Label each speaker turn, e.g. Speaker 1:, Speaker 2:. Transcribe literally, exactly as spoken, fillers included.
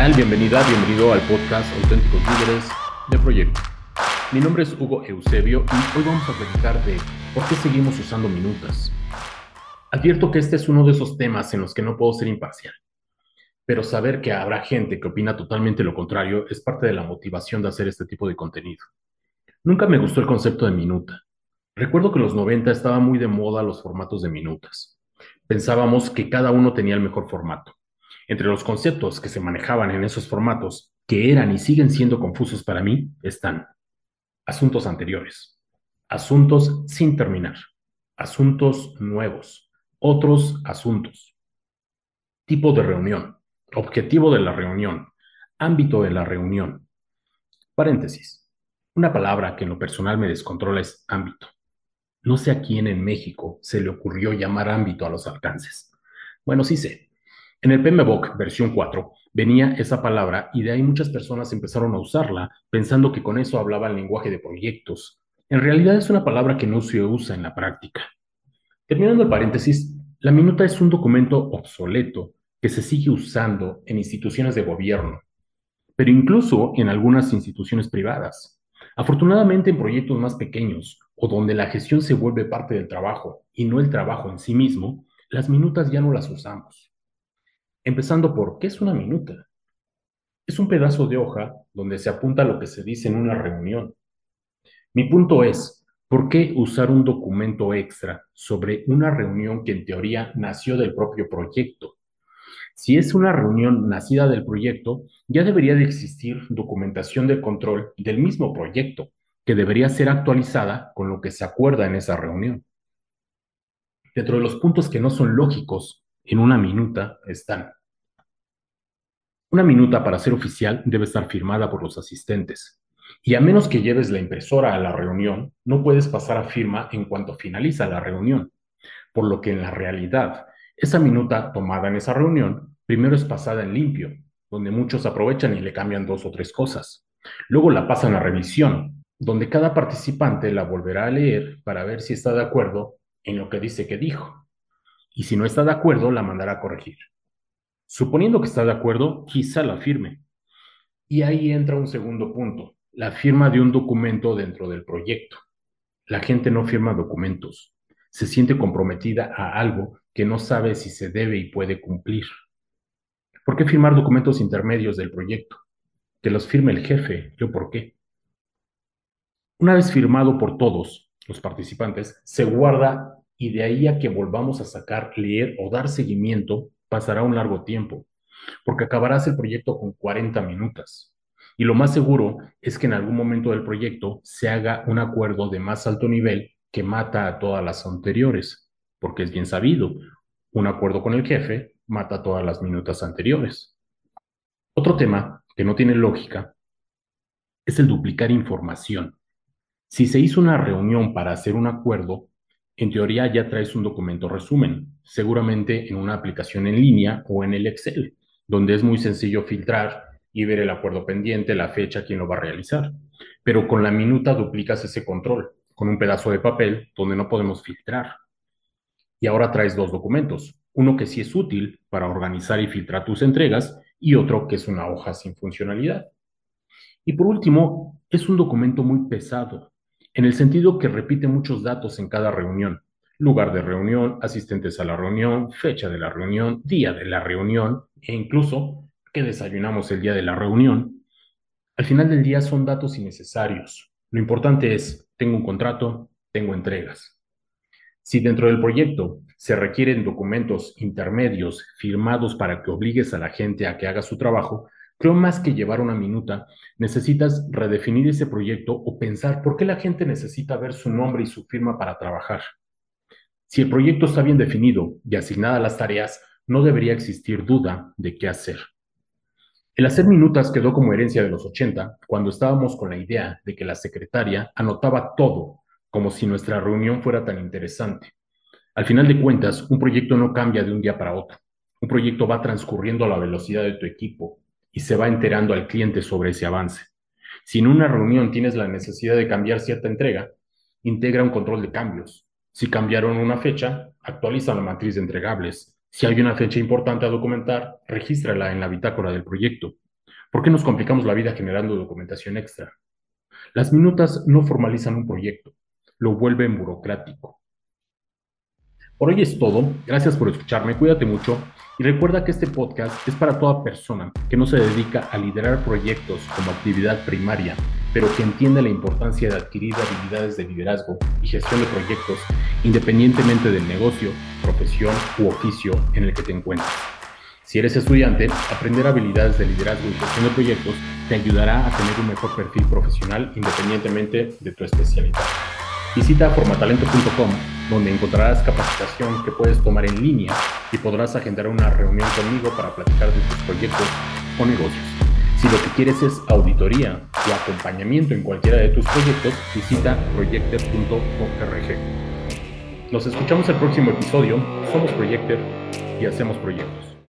Speaker 1: tal? Bienvenida, bienvenido al podcast Auténticos Líderes de Proyecto. Mi nombre es Hugo Eusebio y hoy vamos a platicar de por qué seguimos usando minutas. Advierto que este es uno de esos temas en los que no puedo ser imparcial, pero saber que habrá gente que opina totalmente lo contrario es parte de la motivación de hacer este tipo de contenido. Nunca me gustó el concepto de minuta. Recuerdo que en los noventa estaba muy de moda los formatos de minutas. Pensábamos que cada uno tenía el mejor formato. Entre los conceptos que se manejaban en esos formatos, que eran y siguen siendo confusos para mí, están asuntos anteriores, asuntos sin terminar, asuntos nuevos, otros asuntos, tipo de reunión, objetivo de la reunión, ámbito de la reunión. Paréntesis. Una palabra que en lo personal me descontrola es ámbito. No sé a quién en México se le ocurrió llamar ámbito a los alcances. Bueno, sí sé. En el P M B O K versión cuatro venía esa palabra y de ahí muchas personas empezaron a usarla pensando que con eso hablaba el lenguaje de proyectos. En realidad es una palabra que no se usa en la práctica. Terminando el paréntesis, la minuta es un documento obsoleto que se sigue usando en instituciones de gobierno, pero incluso en algunas instituciones privadas. Afortunadamente en proyectos más pequeños o donde la gestión se vuelve parte del trabajo y no el trabajo en sí mismo, las minutas ya no las usamos. Empezando por, ¿qué es una minuta? Es un pedazo de hoja donde se apunta lo que se dice en una reunión. Mi punto es, ¿por qué usar un documento extra sobre una reunión que en teoría nació del propio proyecto? Si es una reunión nacida del proyecto, ya debería de existir documentación de control del mismo proyecto, que debería ser actualizada con lo que se acuerda en esa reunión. Dentro de los puntos que no son lógicos en una minuta están: una minuta para ser oficial debe estar firmada por los asistentes, y a menos que lleves la impresora a la reunión, no puedes pasar a firma en cuanto finaliza la reunión, por lo que en la realidad, esa minuta tomada en esa reunión primero es pasada en limpio, donde muchos aprovechan y le cambian dos o tres cosas. Luego la pasan a revisión, donde cada participante la volverá a leer para ver si está de acuerdo en lo que dice que dijo, y si no está de acuerdo, la mandará a corregir. Suponiendo que está de acuerdo, quizá la firme. Y ahí entra un segundo punto, la firma de un documento dentro del proyecto. La gente no firma documentos, se siente comprometida a algo que no sabe si se debe y puede cumplir. ¿Por qué firmar documentos intermedios del proyecto? Que los firme el jefe, ¿yo por qué? Una vez firmado por todos los participantes, se guarda y de ahí a que volvamos a sacar, leer o dar seguimiento, pasará un largo tiempo, porque acabarás el proyecto con cuarenta minutos. Y lo más seguro es que en algún momento del proyecto se haga un acuerdo de más alto nivel que mata a todas las anteriores, porque es bien sabido, un acuerdo con el jefe mata a todas las minutas anteriores. Otro tema que no tiene lógica es el duplicar información. Si se hizo una reunión para hacer un acuerdo, en teoría ya traes un documento resumen, seguramente en una aplicación en línea o en el Excel, donde es muy sencillo filtrar y ver el acuerdo pendiente, la fecha, quién lo va a realizar. Pero con la minuta duplicas ese control, con un pedazo de papel donde no podemos filtrar. Y ahora traes dos documentos, uno que sí es útil para organizar y filtrar tus entregas y otro que es una hoja sin funcionalidad. Y por último, es un documento muy pesado, en el sentido que repite muchos datos en cada reunión. Lugar de reunión, asistentes a la reunión, fecha de la reunión, día de la reunión e incluso qué desayunamos el día de la reunión. Al final del día son datos innecesarios. Lo importante es, tengo un contrato, tengo entregas. Si dentro del proyecto se requieren documentos intermedios firmados para que obligues a la gente a que haga su trabajo, creo más que llevar una minuta, necesitas redefinir ese proyecto o pensar por qué la gente necesita ver su nombre y su firma para trabajar. Si el proyecto está bien definido y asignadas las tareas, no debería existir duda de qué hacer. El hacer minutas quedó como herencia de los ochenta, cuando estábamos con la idea de que la secretaria anotaba todo, como si nuestra reunión fuera tan interesante. Al final de cuentas, un proyecto no cambia de un día para otro. Un proyecto va transcurriendo a la velocidad de tu equipo y se va enterando al cliente sobre ese avance. Si en una reunión tienes la necesidad de cambiar cierta entrega, integra un control de cambios. Si cambiaron una fecha, actualiza la matriz de entregables. Si hay una fecha importante a documentar, regístrala en la bitácora del proyecto. ¿Por qué nos complicamos la vida generando documentación extra? Las minutas no formalizan un proyecto, lo vuelven burocrático. Por hoy es todo, gracias por escucharme, cuídate mucho y recuerda que este podcast es para toda persona que no se dedica a liderar proyectos como actividad primaria, pero que entiende la importancia de adquirir habilidades de liderazgo y gestión de proyectos independientemente del negocio, profesión u oficio en el que te encuentres. Si eres estudiante, aprender habilidades de liderazgo y gestión de proyectos te ayudará a tener un mejor perfil profesional independientemente de tu especialidad. Visita formatalento punto com, donde encontrarás capacitación que puedes tomar en línea y podrás agendar una reunión conmigo para platicar de tus proyectos o negocios. Si lo que quieres es auditoría o acompañamiento en cualquiera de tus proyectos, visita proyecter punto org. Nos escuchamos el próximo episodio. Somos Proyecter y hacemos proyectos.